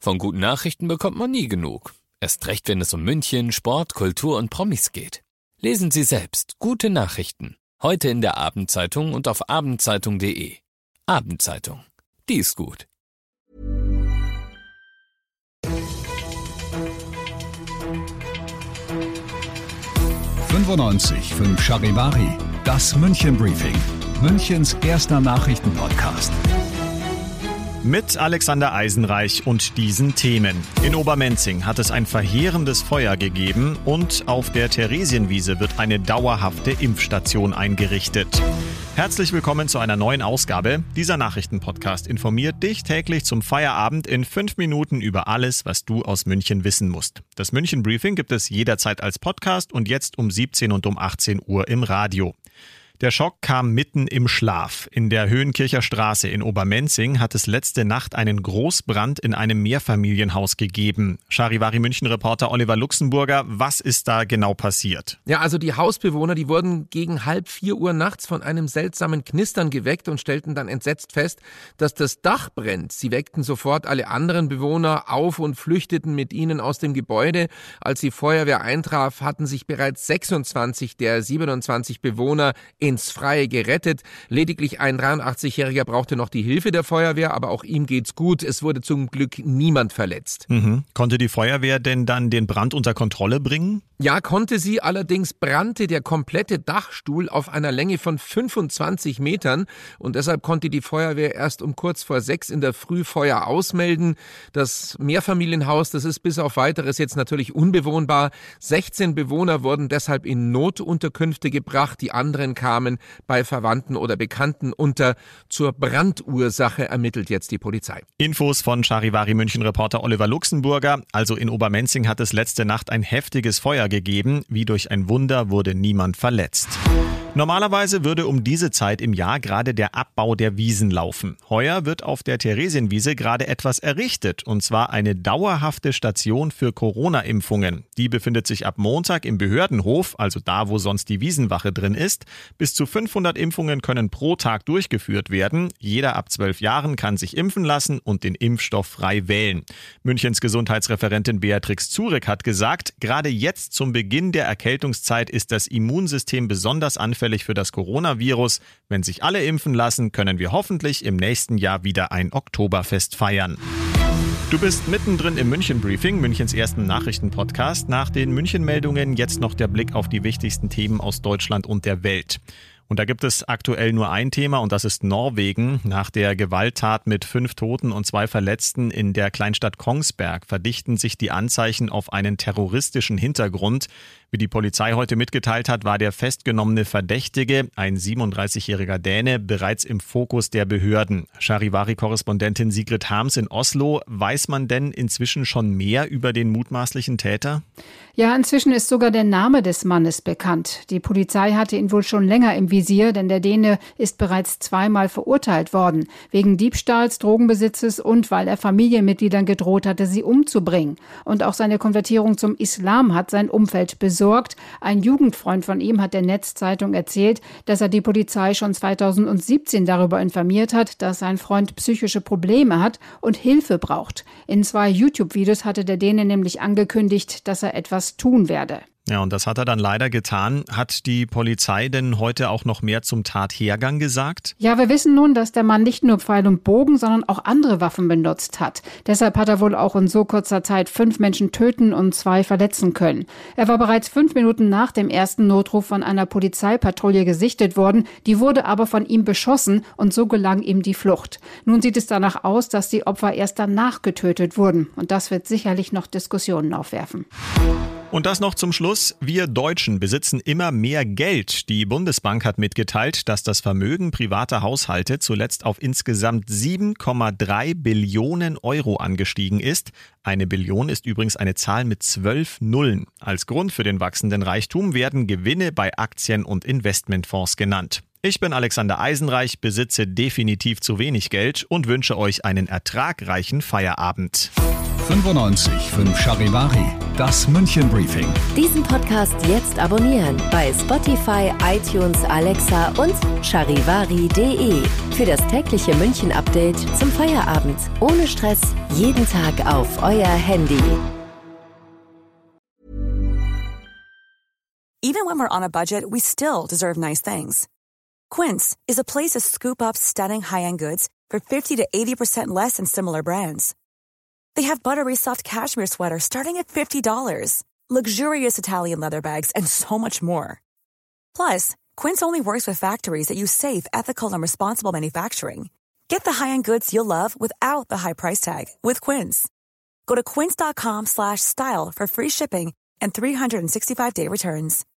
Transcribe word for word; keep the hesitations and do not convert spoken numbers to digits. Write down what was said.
Von guten Nachrichten bekommt man nie genug. Erst recht, wenn es um München, Sport, Kultur und Promis geht. Lesen Sie selbst gute Nachrichten. Heute in der Abendzeitung und auf abendzeitung punkt de. Abendzeitung. Die ist gut. fünfundneunzig Komma fünf Charivari, das München Briefing, Münchens erster Nachrichtenpodcast. Mit Alexander Eisenreich und diesen Themen. In Obermenzing hat es ein verheerendes Feuer gegeben und auf der Theresienwiese wird eine dauerhafte Impfstation eingerichtet. Herzlich willkommen zu einer neuen Ausgabe. Dieser Nachrichtenpodcast informiert dich täglich zum Feierabend in fünf Minuten über alles, was du aus München wissen musst. Das München Briefing gibt es jederzeit als Podcast und jetzt um siebzehn und um achtzehn Uhr im Radio. Der Schock kam mitten im Schlaf. In der Höhenkircher Straße in Obermenzing hat es letzte Nacht einen Großbrand in einem Mehrfamilienhaus gegeben. Charivari München-Reporter Oliver Luxemburger, was ist da genau passiert? Ja, also die Hausbewohner, die wurden gegen halb vier Uhr nachts von einem seltsamen Knistern geweckt und stellten dann entsetzt fest, dass das Dach brennt. Sie weckten sofort alle anderen Bewohner auf und flüchteten mit ihnen aus dem Gebäude. Als die Feuerwehr eintraf, hatten sich bereits sechsundzwanzig der siebenundzwanzig Bewohner ins Freie gerettet. Lediglich ein dreiundachtzigjähriger brauchte noch die Hilfe der Feuerwehr, aber auch ihm geht's gut. Es wurde zum Glück niemand verletzt. Mhm. Konnte die Feuerwehr denn dann den Brand unter Kontrolle bringen? Ja, konnte sie, allerdings brannte der komplette Dachstuhl auf einer Länge von fünfundzwanzig Metern und deshalb konnte die Feuerwehr erst um kurz vor sechs in der Früh Feuer ausmelden. Das Mehrfamilienhaus, das ist bis auf Weiteres jetzt natürlich unbewohnbar. sechzehn Bewohner wurden deshalb in Notunterkünfte gebracht, die anderen kamen bei Verwandten oder Bekannten unter. Zur Brandursache ermittelt jetzt die Polizei. Infos von Charivari München-Reporter Oliver Luxemburger. Also in Obermenzing hat es letzte Nacht ein heftiges Feuer gegeben. Wie durch ein Wunder wurde niemand verletzt. Normalerweise würde um diese Zeit im Jahr gerade der Abbau der Wiesen laufen. Heuer wird auf der Theresienwiese gerade etwas errichtet, und zwar eine dauerhafte Station für Corona-Impfungen. Die befindet sich ab Montag im Behördenhof, also da, wo sonst die Wiesenwache drin ist. Bis zu fünfhundert Impfungen können pro Tag durchgeführt werden. Jeder ab zwölf Jahren kann sich impfen lassen und den Impfstoff frei wählen. Münchens Gesundheitsreferentin Beatrix Zurek hat gesagt, gerade jetzt zum Beginn der Erkältungszeit ist das Immunsystem besonders anfällig für das Coronavirus. Wenn sich alle impfen lassen, können wir hoffentlich im nächsten Jahr wieder ein Oktoberfest feiern. Du bist mittendrin im München Briefing, Münchens ersten Nachrichtenpodcast. Nach den München-Meldungen jetzt noch der Blick auf die wichtigsten Themen aus Deutschland und der Welt. Und da gibt es aktuell nur ein Thema und das ist Norwegen. Nach der Gewalttat mit fünf Toten und zwei Verletzten in der Kleinstadt Kongsberg verdichten sich die Anzeichen auf einen terroristischen Hintergrund. Wie die Polizei heute mitgeteilt hat, war der festgenommene Verdächtige, ein siebenunddreißigjähriger Däne, bereits im Fokus der Behörden. Charivari-Korrespondentin Sigrid Harms in Oslo. Weiß man denn inzwischen schon mehr über den mutmaßlichen Täter? Ja, inzwischen ist sogar der Name des Mannes bekannt. Die Polizei hatte ihn wohl schon länger im Visier, denn der Däne ist bereits zweimal verurteilt worden. Wegen Diebstahls, Drogenbesitzes und weil er Familienmitgliedern gedroht hatte, sie umzubringen. Und auch seine Konvertierung zum Islam hat sein Umfeld besorgt. Ein Jugendfreund von ihm hat der Netzzeitung erzählt, dass er die Polizei schon zweitausendsiebzehn darüber informiert hat, dass sein Freund psychische Probleme hat und Hilfe braucht. In zwei YouTube-Videos hatte der Däne nämlich angekündigt, dass er etwas tun werde. Ja, und das hat er dann leider getan. Hat die Polizei denn heute auch noch mehr zum Tathergang gesagt? Ja, wir wissen nun, dass der Mann nicht nur Pfeil und Bogen, sondern auch andere Waffen benutzt hat. Deshalb hat er wohl auch in so kurzer Zeit fünf Menschen töten und zwei verletzen können. Er war bereits fünf Minuten nach dem ersten Notruf von einer Polizeipatrouille gesichtet worden. Die wurde aber von ihm beschossen und so gelang ihm die Flucht. Nun sieht es danach aus, dass die Opfer erst danach getötet wurden. Und das wird sicherlich noch Diskussionen aufwerfen. Und das noch zum Schluss. Wir Deutschen besitzen immer mehr Geld. Die Bundesbank hat mitgeteilt, dass das Vermögen privater Haushalte zuletzt auf insgesamt sieben Komma drei Billionen Euro angestiegen ist. Eine Billion ist übrigens eine Zahl mit zwölf Nullen. Als Grund für den wachsenden Reichtum werden Gewinne bei Aktien- und Investmentfonds genannt. Ich bin Alexander Eisenreich, besitze definitiv zu wenig Geld und wünsche euch einen ertragreichen Feierabend. fünfundneunzig Komma fünf Charivari, das München Briefing. Diesen Podcast jetzt abonnieren bei Spotify, iTunes, Alexa und charivari punkt de für das tägliche München-Update zum Feierabend. Ohne Stress, jeden Tag auf euer Handy. Even when we're on a budget, we still deserve nice things. Quince is a place to scoop up stunning high-end goods for fifty to eighty percent less than similar brands. They have buttery soft cashmere sweaters starting at fifty dollars, luxurious Italian leather bags, and so much more. Plus, Quince only works with factories that use safe, ethical, and responsible manufacturing. Get the high-end goods you'll love without the high price tag with Quince. Go to quince dot com slash style for free shipping and three sixty-five day returns.